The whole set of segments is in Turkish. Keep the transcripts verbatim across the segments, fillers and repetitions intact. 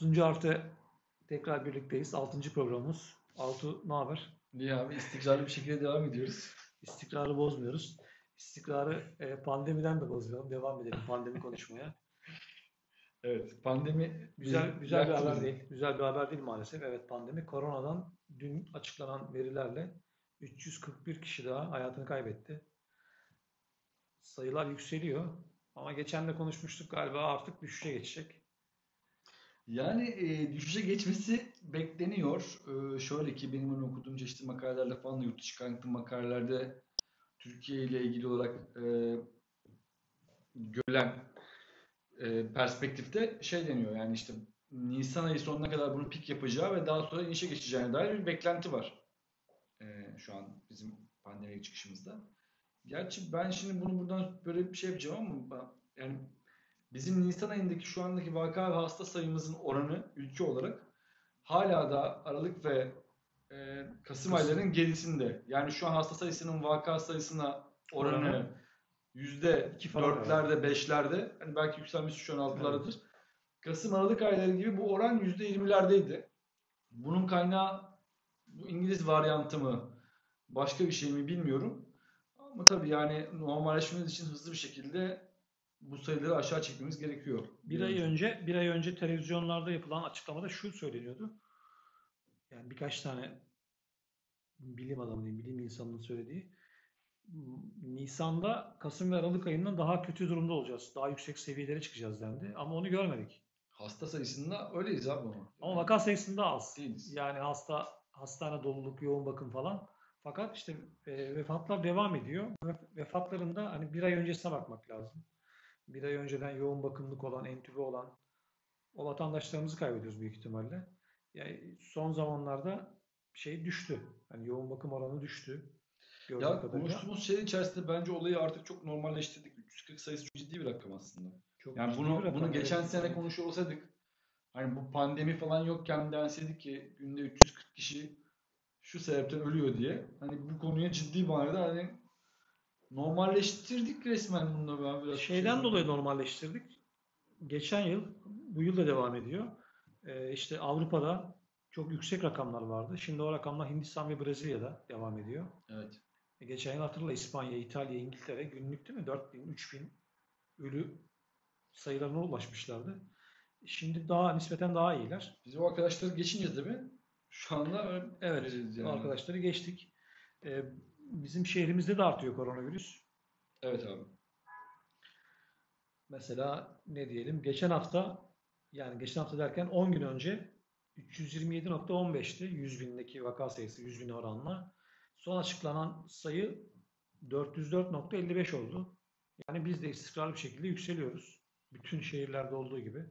otuzuncu hafta tekrar birlikteyiz. altıncı programımız. Altu, ne haber? İyi abi, istikrarlı bir şekilde devam ediyoruz. İstikrarı bozmuyoruz. İstikrarı e, pandemiden de bozmayalım. Devam edelim pandemi konuşmaya. Evet, pandemi e, Güzel güzel bir yaktı haber bizi. değil. Güzel bir haber değil maalesef. Evet, pandemi koronadan dün açıklanan verilerle üç yüz kırk bir kişi daha hayatını kaybetti. Sayılar yükseliyor. Ama geçen de konuşmuştuk, galiba artık düşüşe geçecek. Yani e, düşüşe geçmesi bekleniyor. E, şöyle ki benim onu okuduğum çeşitli makalelerle falan da yurt dışı kaynaklı makalelerde Türkiye ile ilgili olarak e, görülen e, perspektifte şey deniyor. Yani işte Nisan ayı sonuna kadar bunun pik yapacağı ve daha sonra inişe geçeceğine dair bir beklenti var. E, şu an bizim pandemiye çıkışımızda. Gerçi ben şimdi bunu buradan böyle bir şey yapacağım ama ben- yani bizim Nisan ayındaki şu andaki vaka ve hasta sayımızın oranı ülke olarak hala da Aralık ve e, Kasım Kasım aylarının gerisinde. Yani şu an hasta sayısının vaka sayısına oranı oranı yüzde iki falan herhalde. dörtlerde, beşlerde. Hani belki yükselmesi şu an altılardadır. Evet. Kasım Aralık ayları gibi bu oran yüzde yirmilerdeydi. Bunun kaynağı bu İngiliz varyantı mı, başka bir şey mi bilmiyorum. Ama tabii yani normalleşmemiz için hızlı bir şekilde bu sayıları aşağı çekmemiz gerekiyor Bir bir an ay önce. önce bir ay önce televizyonlarda yapılan açıklamada şu söyleniyordu. Yani birkaç tane bilim adamı diyeyim, bilim insanının söylediği. Nisan'da Kasım ve Aralık ayından daha kötü durumda olacağız. Daha yüksek seviyelere çıkacağız dendi. Ama onu görmedik. Hasta sayısında öyleyiz abi ama. Değil Ama mi? vaka sayısında az. Değiliz. Yani hasta hastane doluluk, yoğun bakım falan. Fakat işte e, vefatlar devam ediyor. Ve- Vefatların da hani bir ay öncesine bakmak lazım. Bir ay önceden yoğun bakımlık olan, entübe olan o vatandaşlarımızı kaybediyoruz büyük ihtimalle. Yani son zamanlarda şey düştü. Hani yoğun bakım oranı düştü gördüğüm Ya kadarıyla. konuştuğumuz şey içerisinde bence olayı artık çok normalleştirdik. üç yüz kırk sayısı çok ciddi bir rakam aslında. Çok Yani ciddi bir bunu bunu rakam, geçen evet. sene Evet. konuşuyor olsaydık, hani bu pandemi falan yokken denseydik ki günde üç yüz kırk kişi şu sebepten ölüyor diye. Hani bu konuya ciddi manada hani normalleştirdik resmen bunu, ben biraz şey Şeyden dolayı zannediyorum. normalleştirdik. Geçen yıl, bu yıl da devam ediyor. Ee, işte Avrupa'da çok yüksek rakamlar vardı. Şimdi o rakamlar Hindistan ve Brezilya'da devam ediyor. Evet. E, geçen yıl hatırla, İspanya, İtalya, İngiltere günlük değil mi? dört bin, üç bin ölü sayılarına ulaşmışlardı. Şimdi daha nispeten daha iyiler. Biz o arkadaşları geçince tabii şu anda ön Evet, planiz o yani. arkadaşları geçtik. Ee, bizim şehrimizde de artıyor koronavirüs. Evet abi. Mesela ne diyelim? Geçen hafta, yani geçen hafta derken on gün önce üç yüz yirmi yedi nokta on beşti yüz bindeki vaka sayısı, yüz bin oranla. Son açıklanan sayı dört yüz dört nokta elli beş oldu. Yani biz de istikrarlı bir şekilde yükseliyoruz. Bütün şehirlerde olduğu gibi.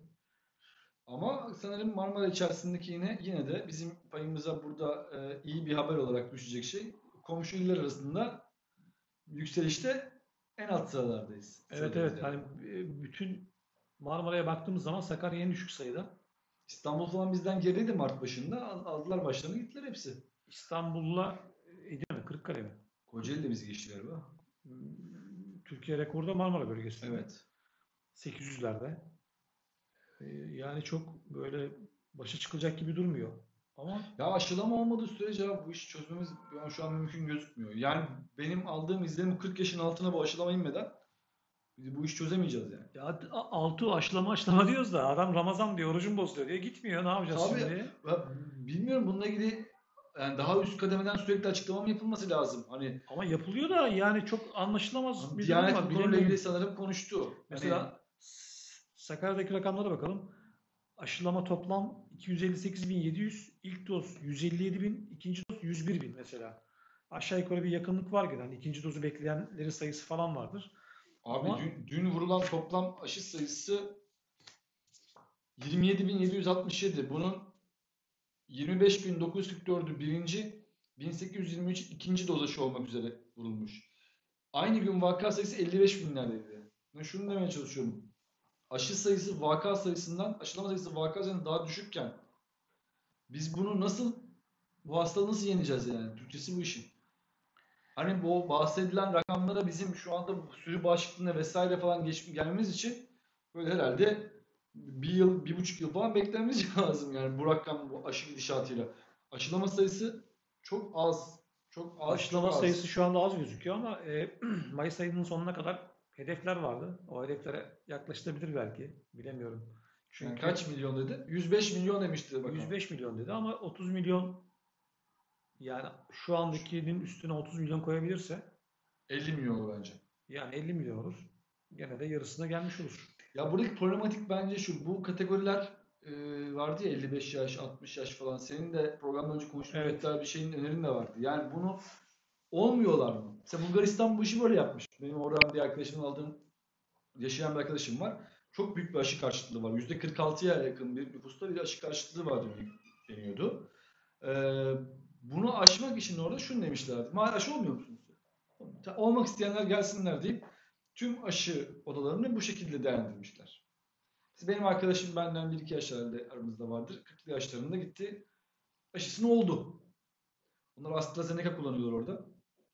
Ama sanırım Marmara içerisindeki yine yine de bizim payımıza burada e, iyi bir haber olarak düşecek şey, komşu iller arasında yükselişte en alt sıralardayız. Evet, Sıradayız evet, yani. hani e, bütün Marmara'ya baktığımız zaman Sakarya en düşük sayıda. İstanbul falan bizden gerideydi Mart başında. Al- Aldılar başlarını gittiler hepsi. İstanbul'la Edirne mi, Kırıkkale mi? Kocaeli de bizi geçti galiba. Hmm, Türkiye rekoru da Marmara bölgesinde. Evet. sekiz yüzlerde. Ee, Yani çok böyle başa çıkılacak gibi durmuyor. Ama Ya aşılama olmadığı sürece abi bu işi çözmemiz yani şu an mümkün gözükmüyor. Yani benim aldığım izlenim kırk yaşın altına bu aşılama inmeden biz bu işi çözemeyeceğiz yani. ya altı aşılama aşılama diyoruz da adam Ramazan diyor, orucum bozuluyor diye gitmiyor. Ne yapacağız Tabii şimdi? ya bilmiyorum bununla ilgili yani daha üst kademeden sürekli açıklama mı yapılması lazım? Hani Ama yapılıyor da yani çok anlaşılamaz Abi bir durum Diyanet var. bu konuyla ilgili Bilemiyorum. sanırım konuştu. Hani Mesela S- Sakarya'daki rakamlara bakalım. Aşılama toplam iki yüz elli sekiz bin yedi yüz, ilk doz yüz elli yedi bin, ikinci doz yüz bir bin mesela. Aşağı yukarı bir yakınlık var gene. Hani ikinci dozu bekleyenlerin sayısı falan vardır. abi Ama dün, dün vurulan toplam aşı sayısı yirmi yedi bin yedi yüz altmış yedi. Bunun yirmi beş bin dokuz yüz kırk dördü birinci, bin sekiz yüz yirmi üç ikinci doz aşı olmak üzere vurulmuş. Aynı gün vaka sayısı elli beş binlerdeydi. Ben şunu demeye çalışıyorum. Aşı sayısı vaka sayısından, aşılama sayısı vaka sayısından daha düşükken biz bunu nasıl, bu hastalığı nasıl yeneceğiz yani? Türkçesi bu işin. Hani bu bahsedilen rakamlara bizim şu anda bu sürü bağışıklığına vesaire falan geç, gelmemiz için böyle herhalde bir yıl, bir buçuk yıl falan beklememiz lazım yani bu rakam, bu aşı gidişatıyla. Aşılama sayısı çok az. Çok az, çok Aşılama sayısı az. şu anda az gözüküyor ama e, Mayıs ayının sonuna kadar hedefler vardı. O hedeflere yaklaşılabilir belki. Bilemiyorum. Yani Çünkü kaç milyon dedi? yüz beş milyon demişti bakan. yüz beş milyon dedi ama otuz milyon, yani şu andakinin üstüne otuz milyon koyabilirse elli milyon olur bence. yani elli milyon olur. Gene de yarısına gelmiş olur. Ya buradaki problematik bence şu. Bu kategoriler e, vardı ya, elli beş yaş, altmış yaş falan. Senin de programdan önce konuştuğumuz Evet. hatta bir şeyin önerin de vardı. Yani bunu olmuyorlar mı? Mesela Bulgaristan bu işi böyle yapmış. Benim oradan bir arkadaşımın aldığım, yaşayan bir arkadaşım var. Çok büyük bir aşı karşıtlığı var. yüzde kırk altıya yakın bir nüfusta bir aşı karşıtlığı var deniyordu. Ee, bunu aşmak için orada şunu demişlerdi. Mahal aşı olmuyor musunuz? Olmak isteyenler gelsinler deyip tüm aşı odalarını bu şekilde değerlendirmişler. Benim arkadaşım benden bir iki yaş herhalde aramızda vardır. kırklı yaşlarında gitti. Aşısını oldu. Bunlar AstraZeneca kullanıyorlar orada.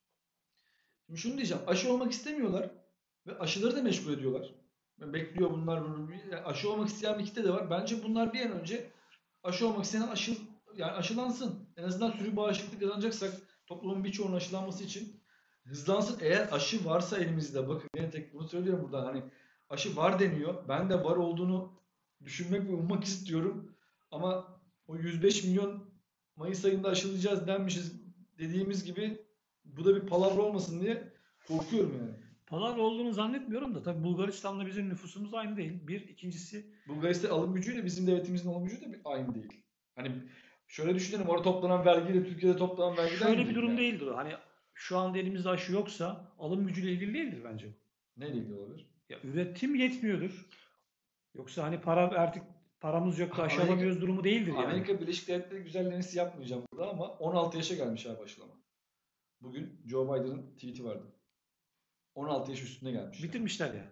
Şimdi şunu diyeceğim. Aşı olmak istemiyorlar ve aşıları da meşgul ediyorlar. Bekliyor bunlar bunu. Aşı olmak isteyen bir kitle de var. Bence bunlar bir an önce aşı olmak isteyen aşı, yani aşılansın. En azından sürü bağışıklık kazanacaksak toplumun birçoğunun aşılanması için hızlansın. Eğer aşı varsa elimizde, bakın yine tek bunu söylüyorum buradan, hani aşı var deniyor. Ben de var olduğunu düşünmek ve ummak istiyorum. Ama o yüz beş milyon Mayıs ayında aşılayacağız denmişiz dediğimiz gibi bu da bir palavra olmasın diye korkuyorum yani. Palavra olduğunu zannetmiyorum da tabii Bulgaristan'la bizim nüfusumuz aynı değil. Bir, ikincisi Bulgaristan alım gücüyle bizim devletimizin alım gücü de aynı değil. Hani şöyle düşünelim, orada toplanan vergiyle Türkiye'de toplanan vergi aynı şöyle bir değil durum yani. değildir o. Hani şu anda elimizde aşı yoksa alım gücüyle ilgili değildir bence bu. Neyle ilgili olabilir? Ya üretim yetmiyordur. Yoksa hani para artık paramız yok da aşı Amerika, alamıyoruz durumu değildir yani. Amerika Birleşik Devletleri güzellemesi yapmayacağım burada ama on altı yaşa gelmiş abi aşılama. Bugün Joe Biden'ın tweet'i vardı. on altı yaş üstünde gelmiş yani. Bitirmişler yani.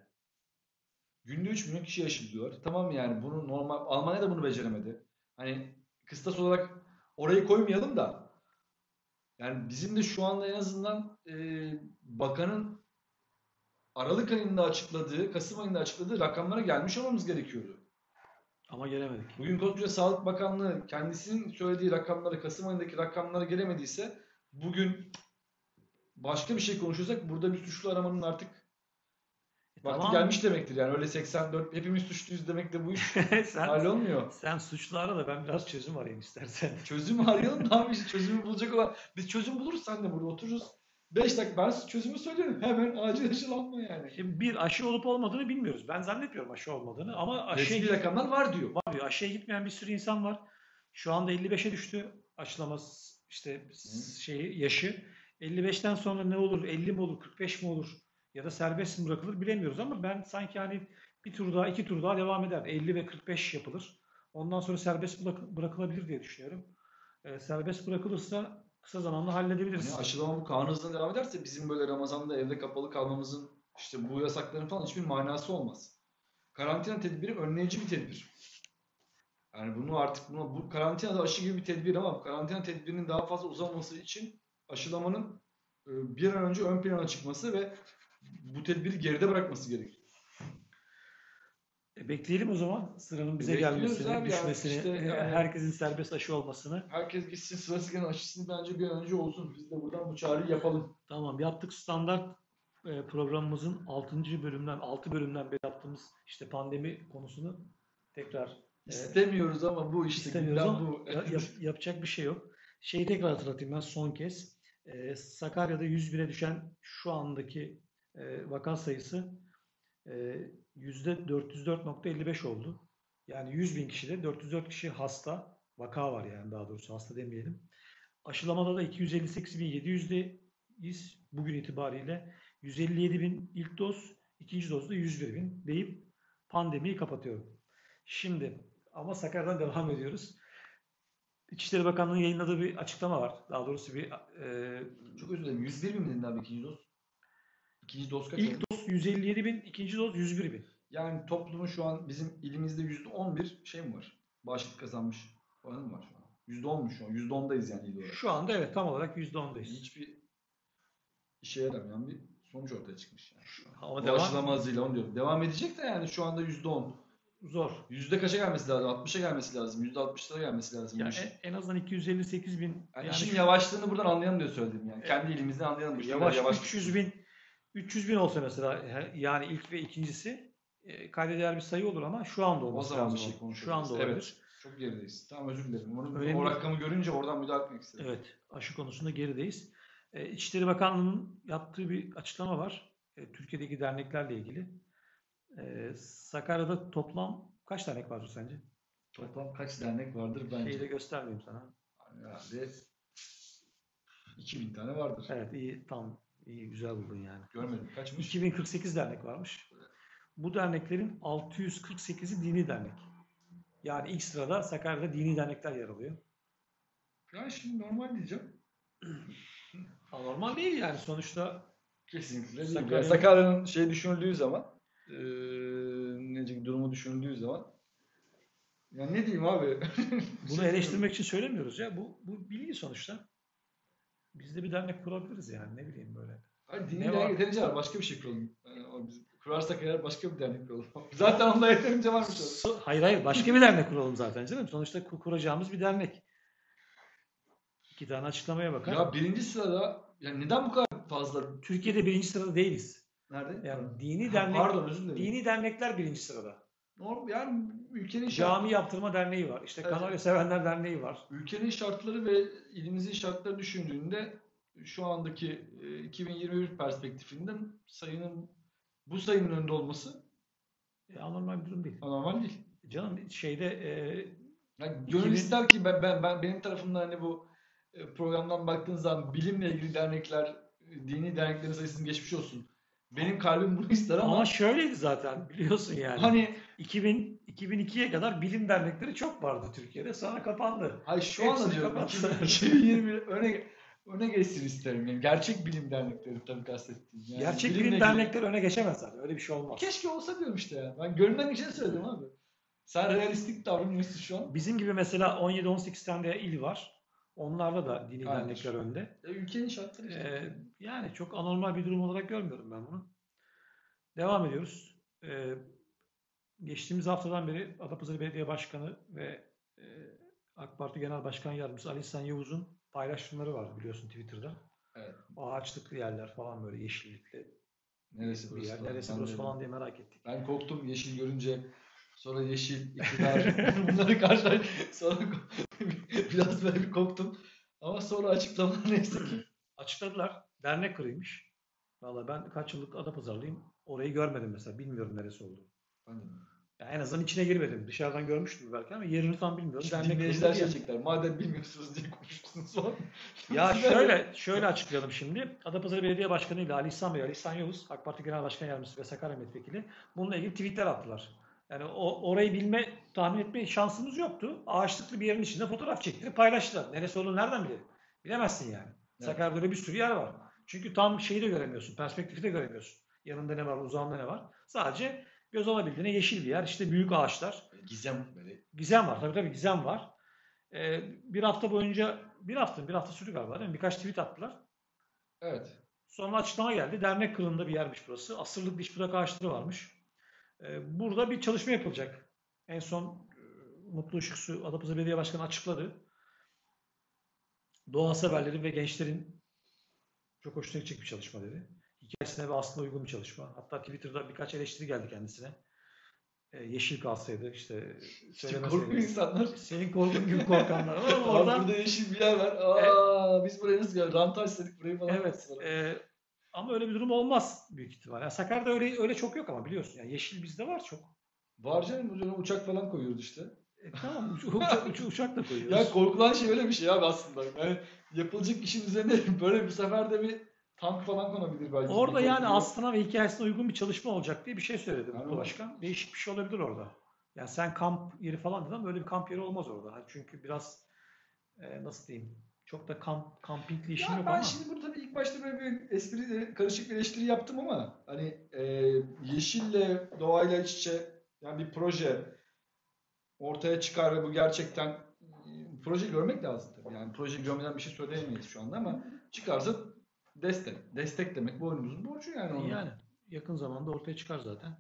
Günde üç milyon kişi aşılıyorlar. Tamam mı yani, bunu normal Almanya da bunu beceremedi. Hani kıstas olarak orayı koymayalım da yani bizim de şu anda en azından e, bakanın Aralık ayında açıkladığı, Kasım ayında açıkladığı rakamlara gelmiş olmamız gerekiyordu. Ama gelemedik. Bugün koskoca Sağlık Bakanlığı kendisinin söylediği rakamları, Kasım ayındaki rakamlara gelemediyse bugün başka bir şey konuşursak burada bir suçlu aramanın artık E vakti tamam. gelmiş demektir. Yani öyle seksen dört hepimiz suçluyuz demek de bu iş sen hallolmuyor. sen suçlara da ben biraz çözüm arayayım istersen. Çözümü arayalım da abi, işte çözümü bulacak olan. Biz çözüm buluruz, sen de burada otururuz. beş dakika ben çözümü söylüyorum. Hemen acil aşılanma yani. Şimdi bir aşı olup olmadığını bilmiyoruz. Ben zannetmiyorum aşı olmadığını ama aşıya Resmi rakamlar var diyor. var diyor. Aşıya gitmeyen bir sürü insan var. Şu anda elli beşe düştü aşılama işte şeyi yaşı. elli beşten sonra ne olur? elli mi olur? kırk beş mi olur? Ya da serbest mi bırakılır bilemiyoruz ama ben sanki hani bir tur daha, iki tur daha devam eder. elli ve kırk beş yapılır. Ondan sonra serbest bırakılabilir diye düşünüyorum. Ee, serbest bırakılırsa kısa zamanda Hani halledebiliriz. aşılama bu kanun hızına devam ederse bizim böyle Ramazan'da evde kapalı kalmamızın, işte bu yasakların falan hiçbir manası olmaz. Karantina tedbiri önleyici bir tedbir. Yani bunu artık buna, bu karantina da aşı gibi bir tedbir ama karantina tedbirinin daha fazla uzaması için aşılamanın e, bir an önce ön plana çıkması ve bu tedbiri geride bırakması gerekiyor. E, bekleyelim o zaman sıranın bize E, bekliyoruz gelmesini, abi yani düşmesini, işte e, yani herkesin serbest aşı olmasını. herkes gitsin, sırası gelen aşısını bence bir an önce olsun. Biz de buradan bu çağrıyı yapalım. Tamam, yaptık standart e, programımızın altıncı bölümden altı bölümden beri yaptığımız işte pandemi konusunu tekrar e, İstemiyoruz ama bu işte istemiyoruz gündem ama bu. ya- yap- yapacak bir şey yok. Şeyi tekrar hatırlatayım ben son kez. E, Sakarya'da yüz bine düşen şu andaki e, vaka sayısı e, yüzde dört yüz dört nokta elli beş oldu. Yani yüz bin kişide dört yüz dört kişi hasta, vaka var yani daha doğrusu hasta demeyelim. Aşılamada da iki yüz elli sekiz bin yedi yüzdeyiz bugün itibariyle. yüz elli yedi bin ilk doz, ikinci dozda yüz bir bin deyip pandemiyi kapatıyorum. Şimdi ama Sakarya'dan devam ediyoruz. İçişleri Bakanlığı'nın yayınladığı bir açıklama var. Daha doğrusu bir e, Çok özür dilerim. yüz bir mi dedin abi ikinci doz? İkinci doz kaç ilk oldu? doz yüz elli yedi bin, ikinci doz yüz bir bin. Yani toplumun şu an bizim ilimizde yüzde on bir şey mi var? Bağışıklık kazanmış oranı mı var şu an? yüzde on mu şu an? yüzde ondayız yani il olarak. Şu anda evet tam olarak yüzde ondayız. Hiçbir işe yaramayan bir sonuç ortaya çıkmış yani. Ama Bu devam, aşılama hızıyla onu diyorum. Devam edecek de yani şu anda yüzde on. zor. Yüzde kaça gelmesi lazım? altmışa gelmesi lazım. Yüzde altmışlara gelmesi lazım bu Ya işin. en, en azından iki yüz elli sekiz bin Yani yani işin şu- yavaşlığını buradan anlayalım diye söyledim yani. e, Kendi elimizden anlayalım bu işin yavaş yavaş üç yüz bin üç yüz bin olsa mesela he- yani ilk ve ikincisi e, kayda değer bir sayı olur ama şu anda O olması zaman bir lazım. şey o. konuşuruz. Şu anda olabilir. Evet. Çok gerideyiz. Tamam, özür dilerim. Onu, Önemli o değil. rakamı görünce oradan müdahale etmek istedim. Evet, aşı konusunda gerideyiz. E, İçişleri Bakanlığı'nın yaptığı bir açıklama var. E, Türkiye'deki derneklerle ilgili. E, Sakarya'da toplam kaç dernek vardır sence? Toplam kaç dernek vardır bence? Şeyi de göstermeyeyim sana. Herhalde iki bin tane vardır. Evet, iyi, tam iyi, güzel buldun yani. Görmedim. Kaçmış? iki bin kırk sekiz dernek varmış. Bu derneklerin altı yüz kırk sekizi dini dernek. Yani ilk sırada Sakarya'da dini dernekler yer alıyor. Yani şimdi normal diyeceğim. Anormal değil yani sonuçta. Kesinlikle değil. Sakarya- Yani Sakarya'nın şey düşünüldüğü zaman eee nece durumu düşünüldüğü zaman yani ne diyeyim abi? Bunu eleştirmek için söylemiyoruz ya. Bu, bu bilgi sonuçta. Biz de bir dernek kurabiliriz yani ne bileyim böyle. Hayır, dini Ne dernek var? yeterince var. Başka bir şey kuralım. Yani o biz kurarsak eğer başka bir dernek kuralım. Zaten onda yeterince varmış. orada. So- Hayır hayır başka bir dernek kuralım zaten canım. Sonuçta ku- kuracağımız bir dernek. İki tane açıklamaya bakar. Ya birinci sırada yani neden bu kadar fazla? Türkiye'de birinci sırada değiliz. Nerede? Yani dini Ha, dernek, Pardon, özür dilerim. dini dernekler birinci sırada. Norm, yani ülkenin şart- Cami Yaptırma Derneği var. İşte Evet. Kanarya Sevenler Derneği var. ülkenin şartları ve ilimizin şartları düşündüğünde şu andaki e, iki bin yirmi bir perspektifinden sayının bu sayının önünde olması E, anormal bir durum değil. anormal değil. Canım şeyde e, Yani gönül iki bin ister ki ben, ben, ben benim tarafımdan hani bu e, programdan baktığınız zaman bilimle ilgili dernekler, e, dini derneklerin sayısının geçmiş olsun. Benim kalbim bunu ister ama, ama şöyleydi zaten biliyorsun yani. hani iki bin iki bin ikiye kadar bilim dernekleri çok vardı Türkiye'de. Sonra kapandı. hayır şu Hepsini anda diyorum kapattılar. iki bin yirmi öne öne geçsin isterim. Yani gerçek bilim dernekleri tabii kastettiğim. Yani Gerçek bilimle bilim ilgili- dernekleri öne geçemez zaten. Öyle bir şey olmaz. Keşke olsa diyorum işte ya. Ben gönlümden geçeni söyledim abi. Sen realistik davranıyorsun şu an. Bizim gibi mesela on yedi on sekiz tane de il var. Onlarda da dini Aynen. dernekler önde. E, ülkenin şartları işte. Ee, yani çok anormal bir durum olarak görmüyorum ben bunu. Devam ediyoruz. Ee, geçtiğimiz haftadan beri Adapazarı Belediye Başkanı ve e, AK Parti Genel Başkan Yardımcısı Ali İhsan Yavuz'un paylaşımları var biliyorsun Twitter'da. Evet. Ağaçlıklı yerler falan böyle yeşillikli Neresi bir burası yer. falan? Neresi Ben burası de- falan diye merak ettik. Ben korktum yeşil görünce. Sonra yeşil, iktidar bunları karşı sonra biraz böyle bir korktum. Ama sonra açıklama neyse ki. Açıkladılar. Dernek kuruymuş. Valla ben kaç yıllık Adapazarlıyım. Orayı görmedim mesela. Bilmiyorum neresi olduğunu. Ben de. Ya en azından içine girmedim. Dışarıdan görmüştüm belki ama yerini tam bilmiyorum. Şimdi Dernek dinleyiciler kurulu bir şey yer. çekler. Madem bilmiyorsunuz diye konuştunuz falan. Ya şöyle şöyle açıklayalım şimdi. Adapazarı Belediye Başkanı ile Ali İhsan Bey, Ali İhsan Yavuz, AK Parti Genel Başkan Yardımcısı ve Sakarya Milletvekili bununla ilgili tweetler attılar. Yani o orayı bilme, tahmin etme şansımız yoktu. Ağaçlıklı bir yerin içinde fotoğraf çektirip paylaştılar. Neresi olduğunu nereden bilelim? Bilemezsin yani. Evet. Sakarya'da öyle bir sürü yer var. Çünkü tam şeyi de göremiyorsun, perspektifi de göremiyorsun. Yanında ne var, uzağında ne var. Sadece göz alabildiğine yeşil bir yer, işte büyük ağaçlar. Gizem böyle. Gizem var. Tabii tabii gizem var. Ee, bir hafta boyunca, bir hafta, bir hafta sürdü galiba değil mi? Birkaç tweet attılar. Evet. Sonra açıklama geldi. Dernek kılığında bir yermiş burası. Asırlık diş budak ağaçları varmış. Ee, burada bir çalışma yapılacak. En son e, Mutlu Işıksu Adapazarı Belediye Başkanı açıkladı. Doğa severlerin ve gençlerin çok hoşuna gidecek bir çalışma dedi. Hikayesine ve aslına uygun bir çalışma. Hatta Twitter'da birkaç eleştiri geldi kendisine. Ee, yeşil kalsaydı işte İşte söylemeseydi. korku insanlar. Senin korkun gibi korkanlar. Ama Aa, oradan burada yeşil bir yer var. Aa, biz buraya nasıl geldik? Rantaj istedik burayı falan. evet. E, ama öyle bir durum olmaz büyük ihtimal. Yani Sakarya'da öyle öyle çok yok ama biliyorsun. Yani yeşil bizde var çok. Var canım, üzerine uçak falan koyuyoruz işte. E, tamam uç, uçak, uç, uçak da koyuyoruz. Ya korkulan şey öyle bir şey abi aslında. Yani yapılacak işin üzerine böyle bir sefer de bir tank falan konabilir belki. Orada Bir yani korkuyor. aslına ve hikayesine uygun bir çalışma olacak diye bir şey söyledi Yani Mutlu o- Başkan. Değişik bir şey olabilir orada. Yani sen kamp yeri falan dedin ama öyle bir kamp yeri olmaz orada. Hani çünkü biraz e, nasıl diyeyim çok da kamp kampingli işim Ya yok ben ama. şimdi burada tabii ilk başta böyle bir espri, karışık bir eleştiri yaptım ama hani e, yeşille, doğayla iç içe yani bir proje ortaya çıkar ve bu gerçekten e, proje görmek lazım tabii. Yani proje görmeden bir şey söyleyemeyiz şu anda ama çıkarsa destek. Destek demek boynumuzun borcu yani. Onun. Yani yakın zamanda ortaya çıkar zaten.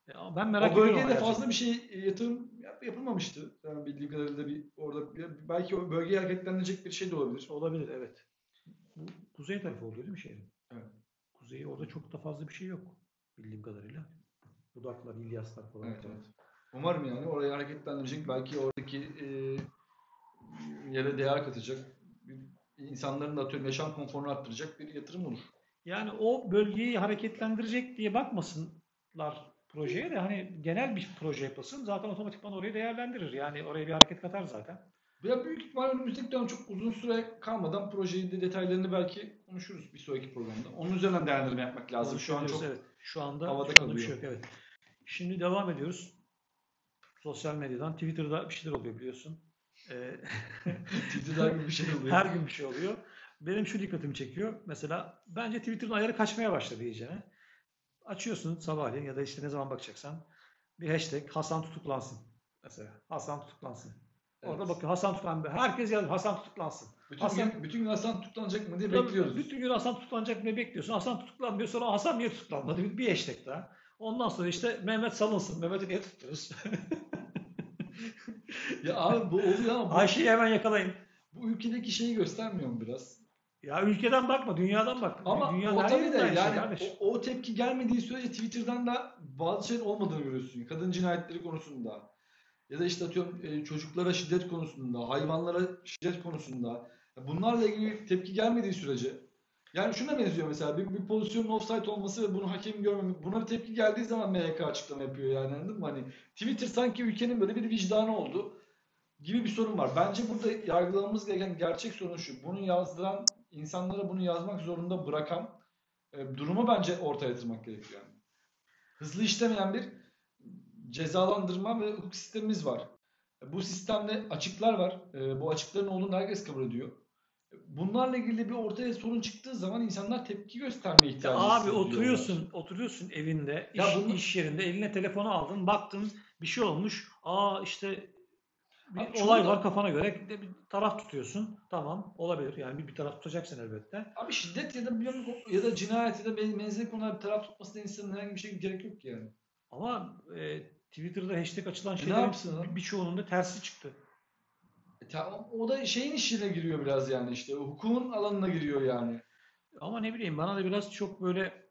Ya ben merak O ediyorum ama bölgede gerçekten. fazla bir şey e, yatırım yap- yapılmamıştı. Yani bildiğim kadarıyla bir orada bir- belki o bölgeyi hareketlendirecek bir şey de olabilir. Olabilir, evet. Bu kuzey tarafı oluyor değil mi şehrin? Evet. Kuzeyi orada çok da fazla bir şey yok bildiğim kadarıyla. Budaklar, İlyaslar falan Evet, filan. evet. Umarım yani orayı hareketlendirecek, belki oradaki e, yere değer katacak, bir, insanların da atıyorum yaşam konforunu arttıracak bir yatırım olur. Yani o bölgeyi hareketlendirecek diye bakmasınlar projeye de hani genel bir proje yapılsın. Zaten otomatikman orayı değerlendirir. Yani oraya bir hareket katar zaten. Ya büyük ihtimal önümüzdeki dönem çok uzun süre kalmadan projeyi de detaylarını belki konuşuruz bir sonraki programda. Onun üzerinden değerlendirme yapmak lazım. Şu an Konuşabiliriz, çok evet. Şu anda havada şu anda bir kalıyor. şey yok, evet. Şimdi devam ediyoruz. Sosyal medyadan. Twitter'da bir şeyler oluyor biliyorsun. Ee, Twitter'da gibi bir şey oluyor. Her gün bir şey oluyor. Benim şu dikkatimi çekiyor. Mesela bence Twitter'ın ayarı kaçmaya başladı iyicene. Açıyorsun sabahleyin ya da işte ne zaman bakacaksan bir hashtag Hasan tutuklansın. Mesela Hasan tutuklansın. Orada Evet. bakıyor Hasan tutuklansın. Herkes yazıyor Hasan tutuklansın. Bütün Hasan gün bütün gün Hasan tutuklanacak mı diye tabii bekliyoruz. bütün gün Hasan tutuklanacak diye bekliyorsun. Hasan tutuklanmıyor. Sonra Hasan niye tutuklanmadı? Bir, bir hashtag daha. Ondan sonra işte Mehmet salınsın. Mehmet'i niye tutuyoruz? Ya abi bu oluyor ama bu Ayşe'yi hemen yakalayın. bu ülkedeki şeyi göstermiyor mu biraz? Ya ülkeden bakma, dünyadan bak. Dü- Ama Dünyanın o her tabii de yerinde aynı şey yani kardeş. o, o tepki gelmediği sürece Twitter'dan da bazı şeylerin olmadığını görüyorsun. Kadın cinayetleri konusunda ya da işte atıyorum e, çocuklara şiddet konusunda, hayvanlara şiddet konusunda. Ya bunlarla ilgili tepki gelmediği sürece, yani şuna benziyor mesela bir, bir pozisyonun offside olması ve bunu hakem görmemek, buna bir tepki geldiği zaman M H K açıklama yapıyor, yani anladın mı? Hani Twitter sanki ülkenin böyle bir vicdanı oldu gibi bir sorun var. Bence burada yargılamamız gereken gerçek sorun şu: bunu yazdıran, insanlara bunu yazmak zorunda bırakan e, durumu bence ortaya yatırmak gerekiyor yani. Hızlı işlemeyen bir cezalandırma ve hukuk sistemimiz var. Bu sistemde açıklar var. E, bu açıkların olduğunu herkes kabul ediyor. Bunlarla ilgili bir ortaya sorun çıktığı zaman insanlar tepki gösterme Ya ihtiyacı abi hissediyorlar. oturuyorsun, oturuyorsun evinde, Ya iş bunu iş yerinde, eline telefonu aldın, baktın bir şey olmuş. Aa işte bir abi çoğu olay var da kafana göre de bir taraf tutuyorsun. Tamam, olabilir. Yani bir, bir taraf tutacaksın elbette. abi şiddet ya da bir- ya da cinayet ya da ben- benzeri konular bir taraf tutmasına insanın herhangi bir şey gerek yok ki yani. Ama e, Twitter'da hashtag açılan E ne şeylerin yapsın bir- adam? birçoğunun da tersi çıktı. E tamam, o da şeyin işine giriyor biraz yani işte. Hukukun alanına giriyor yani. Ama ne bileyim bana da biraz çok böyle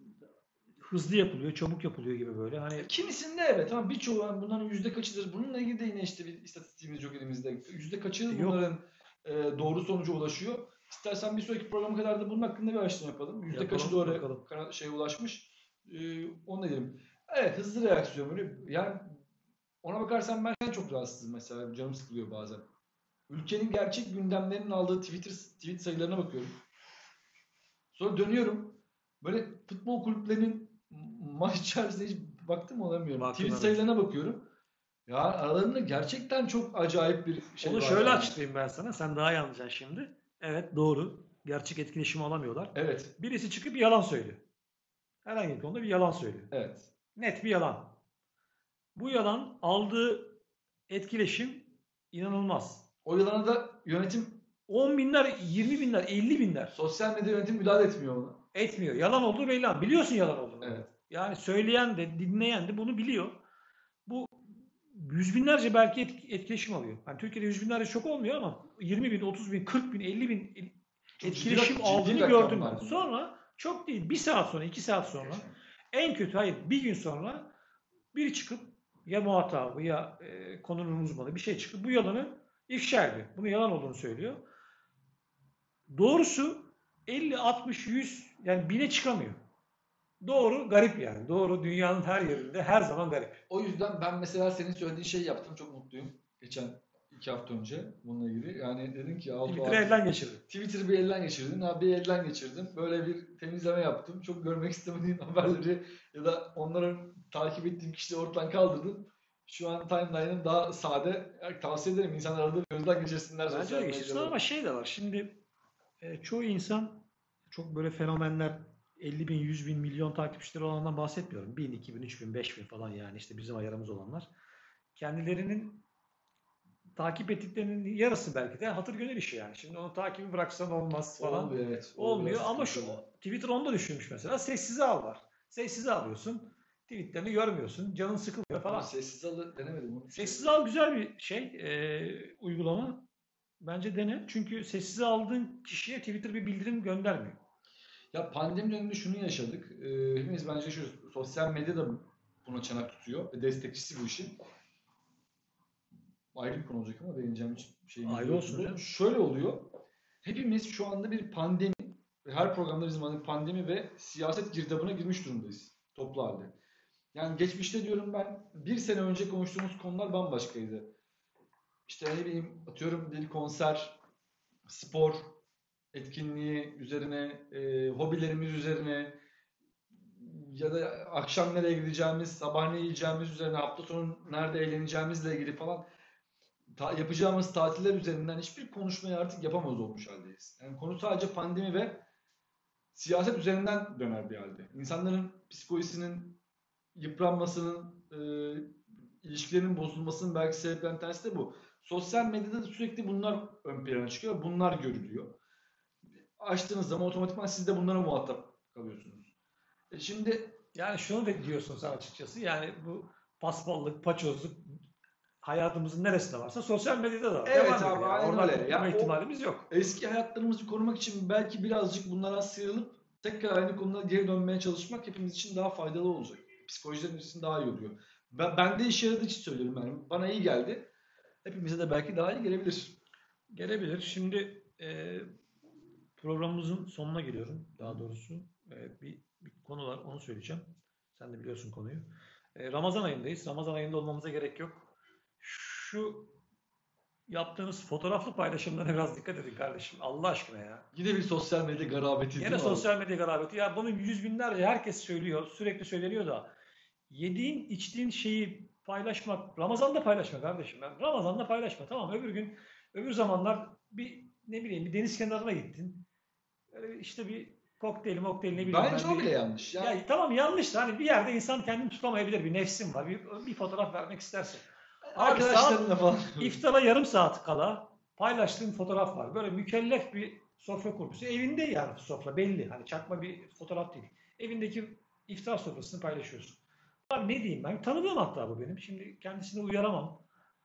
hızlı yapılıyor, çabuk yapılıyor gibi böyle. E Hani kimisinde evet ama birçoğu yani bunların yüzde kaçıdır? Bununla ilgili de yine işte bir istatistiğimiz yok elimizde. Yüzde kaçı yok bunların e, doğru sonuca ulaşıyor? İstersen bir sonraki programa kadar da bunun hakkında bir araştırma yapalım. Yüzde kaçı yapalım doğru bakalım. kana- şeye ulaşmış? E, onu da diyelim. Evet, hızlı reaksiyon böyle. Yani ona bakarsan ben en çok rahatsızım mesela. Canım sıkılıyor bazen. Ülkenin gerçek gündemlerinin aldığı Twitter tweet sayılarına bakıyorum. Sonra dönüyorum. Böyle futbol kulüplerinin maç içerisinde hiç baktım mı olamıyorum. Baktım, Tweet evet. sayılarına bakıyorum. Ya aralarında gerçekten çok acayip bir şey Onu var şöyle yani. açıklayayım ben sana. Sen daha iyi anlayacaksın şimdi. Evet, doğru. Gerçek etkileşimi alamıyorlar. Evet. Birisi çıkıp bir yalan söylüyor. Herhangi bir konuda bir yalan söylüyor. Evet. Net bir yalan. Bu yalan aldığı etkileşim inanılmaz. O yılana da yönetim, on binler, yirmi binler, elli binler sosyal medya yönetim müdahale etmiyor ona. etmiyor. Yalan olduğu belli. Ama biliyorsun yalan olduğunu Evet. bunun. Yani söyleyen de dinleyen de bunu biliyor. Bu yüz binlerce belki etkileşim alıyor. Yani Türkiye'de yüz binlerce çok olmuyor ama yirmi bin, otuz bin, kırk bin, elli bin Çok ciddi, etkileşim rak- ciddi aldığını gördüm rakamlar ben. bunlar. Sonra çok değil bir saat sonra, iki saat sonra en kötü hayır bir gün sonra biri çıkıp ya muhatabı ya e, konunun uzmanı bir şey çıkıp bu yalanı ifşa ediyor. Bunun yalan olduğunu söylüyor. Doğrusu elli, altmış, yüz yani bine çıkamıyor. Doğru garip yani. Doğru dünyanın her yerinde her zaman garip. O yüzden ben mesela senin söylediğin şeyi yaptım. Çok mutluyum. Geçen iki hafta önce bununla ilgili. Yani dedin ki Altuğ Twitter'ı artık elden geçirdi. Twitter'ı bir elden geçirdin. Ha, bir elden geçirdim. Böyle bir temizleme yaptım. Çok görmek istemediğin haberleri ya da onların takip ettiğim kişileri ortadan kaldırdın. Şu an timeline'ım daha sade. Yani tavsiye ederim. İnsanlar arada bir gözden geçirsinler Bence sosyal de geçirsin medyada. ama şey de var. Şimdi e, çoğu insan çok böyle fenomenler elli bin, yüz bin, milyon takipçileri olanlardan bahsetmiyorum. bin, iki bin, üç bin, beş bin falan yani işte bizim ayarımız olanlar. Kendilerinin takip ettiklerinin yarısı belki de hatır gönül işi yani. Şimdi onu takibi bıraksan olmaz falan. Olmuyor, evet. O biraz Olmuyor ama şu sıkıntılı. Twitter onu da düşünmüş mesela. Sessize al var. Sessize alıyorsun. Tweetlerini görmüyorsun. Canın sıkılıyor Ama falan. sessiz alı denemedim. Onu Sessiz al güzel bir şey. E, uygulama. Bence dene. Çünkü sessize aldığın kişiye Twitter bir bildirim göndermiyor. Ya pandemi döneminde şunu yaşadık. Ee, hepimiz bence şu sosyal medya da buna çanak tutuyor ve destekçisi bu işin. Ayrı bir konu olacak ama değineceğim hiç şeyimiz Ayrı yok. olsun Bu canım. şöyle oluyor. Hepimiz şu anda bir pandemi, ve her programda bizim hani pandemi ve siyaset girdabına girmiş durumdayız toplu halde. Yani geçmişte diyorum ben bir sene önce konuştuğumuz konular bambaşkaydı. İşte ne bileyim atıyorum bir konser, spor etkinliği üzerine, e, hobilerimiz üzerine ya da akşam nereye gideceğimiz, sabah ne yiyeceğimiz üzerine, hafta sonu nerede eğleneceğimizle ilgili falan ta- yapacağımız tatiller üzerinden hiçbir konuşmayı artık yapamaz olmuş haldeyiz. Yani konu sadece pandemi ve siyaset üzerinden döner bir halde. İnsanların psikolojisinin yıpranmasının, e, ilişkilerinin bozulmasının belki sebeplerinden bir tanesi de bu. Sosyal medyada da sürekli bunlar ön plana çıkıyor, bunlar görülüyor. Açtığınız zaman otomatikman siz de bunlara muhatap kalıyorsunuz. E şimdi Yani şunu da diyorsun sen açıkçası. Yani bu paspallık, paçozluk hayatımızın neresinde varsa sosyal medyada da var. evet Devam abi ediyor. Yani aynen oradan öyle. kurtulma Ya o ihtimalimiz yok. eski hayatlarımızı korumak için belki birazcık bunlara sıyrılıp tekrar aynı konulara geri dönmeye çalışmak hepimiz için daha faydalı olacak. Psikolojilerimiz için daha iyi oluyor. Ben, ben de işe yaradığı için söylüyorum yani. Bana iyi geldi. Hepimize de belki daha iyi gelebilir. Gelebilir. Şimdi e, programımızın sonuna geliyorum. Daha doğrusu e, bir, bir konu var. Onu söyleyeceğim. Sen de biliyorsun konuyu. E, Ramazan ayındayız. Ramazan ayında olmamıza gerek yok. Şu yaptığınız fotoğraflı paylaşımlarına biraz dikkat edin kardeşim. Allah aşkına ya. Yine bir sosyal medya garabeti değil Yine mi abi? sosyal medya garabeti. Ya bunu yüz binlerce herkes söylüyor. Sürekli söyleniyor da. Yediğin, içtiğin şeyi paylaşmak. Ramazan'da paylaşma kardeşim. Yani Ramazan'da paylaşma. Tamam öbür gün, öbür zamanlar bir ne bileyim bir deniz kenarına gittin. Öyle işte bir kokteyl, mokteyl ne bileyim Bence ben o bir... bile yanlış. Ya, Ya tamam yanlış da hani bir yerde insan kendini tutamayabilir. Bir nefsin var. Bir, bir fotoğraf vermek istersin. Abi saat arkadaşlarınla falan. iftara yarım saat kala paylaştığın fotoğraf var. Böyle mükellef bir sofra kurmuşsun. Evinde yani sofra belli. Hani çakma bir fotoğraf değil. Evindeki iftar sofrasını paylaşıyorsun. Abi ne diyeyim ben? Tanıdığım hatta bu benim. Şimdi kendisini uyaramam.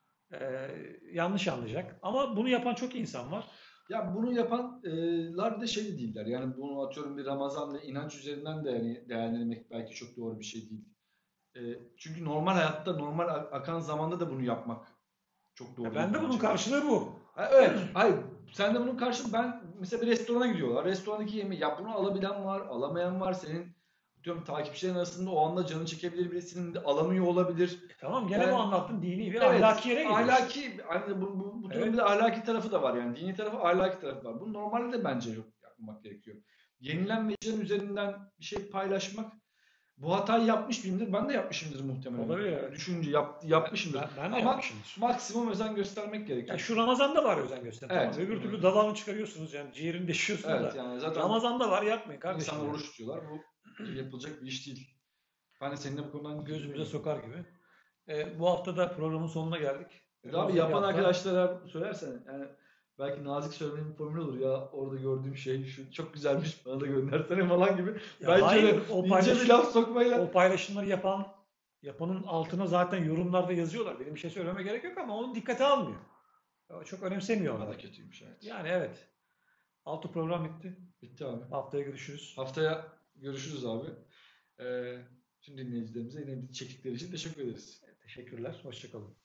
Ee, yanlış anlayacak. Ama bunu yapan çok insan var. Ya bunu yapanlar da şey de değiller. Yani bunu atıyorum bir Ramazan ve inanç üzerinden de yani değerlendirmek belki çok doğru bir şey değil. E, çünkü normal hayatta, normal a- akan zamanda da bunu yapmak çok doğru E değil ben de bunun bence. karşılığı bu. Ha, evet, hayır. Sen de bunun karşılığı ben mesela bir restorana gidiyorlar. Restorandaki yemeği ya bunu alabilen var, alamayan var. Senin diyorum takipçilerin arasında o anda canı çekebilir birisinin de alamıyor olabilir. E tamam gene bu Yani anlattığın dini ve evet, ahlaki yere geliyor işte. ahlaki hani bu, bu, bu durumun Evet. bir de ahlaki tarafı da var yani. Dini tarafı, ahlaki tarafı var. Bu normalde de bence yok yapmak gerekiyor. Yenilen mecranın üzerinden bir şey paylaşmak bu hatayı yapmış mıyımdır? Ben de yapmışımdır muhtemelen. Olabilir evet. Düşünce yap, Ben, yapmışımdır. ben, ben de Ama yapmışımdır. maksimum özen göstermek gerekiyor. Ya şu Ramazan'da var özen gösterin. Evet. Tamam. Öbür türlü dalağını çıkarıyorsunuz yani ciğerini deşiyorsunuz Evet da. yani zaten Ramazan'da var yapmayın kardeşim. insanlar Yani. oruç tutuyorlar. Bu yapılacak bir iş değil. Ben de seninle bu konudan Gözümüze sokar gibi. E, bu hafta da programın sonuna geldik. Abi Önümüzdeki yapan hafta- arkadaşlara söylersen yani belki nazik söylemenin bir formülü olur ya orada gördüğüm şey şu çok güzelmiş bana da göndersene falan gibi. Ya Bence hayır, de o ince paylaşım- bir laf sokmayla. o paylaşımları yapan yapanın altına zaten yorumlarda yazıyorlar. Benim bir şey söylememe gerek yok ama onu dikkate almıyor. O çok önemsemiyor Daha onu. da kötüymüş evet. Yani evet. Altı program bitti. Bitti abi. Haftaya görüşürüz. Haftaya görüşürüz abi. Ee, tüm dinleyicilerimize yine bir çektikleri için teşekkür ederiz. Teşekkürler. Hoşçakalın.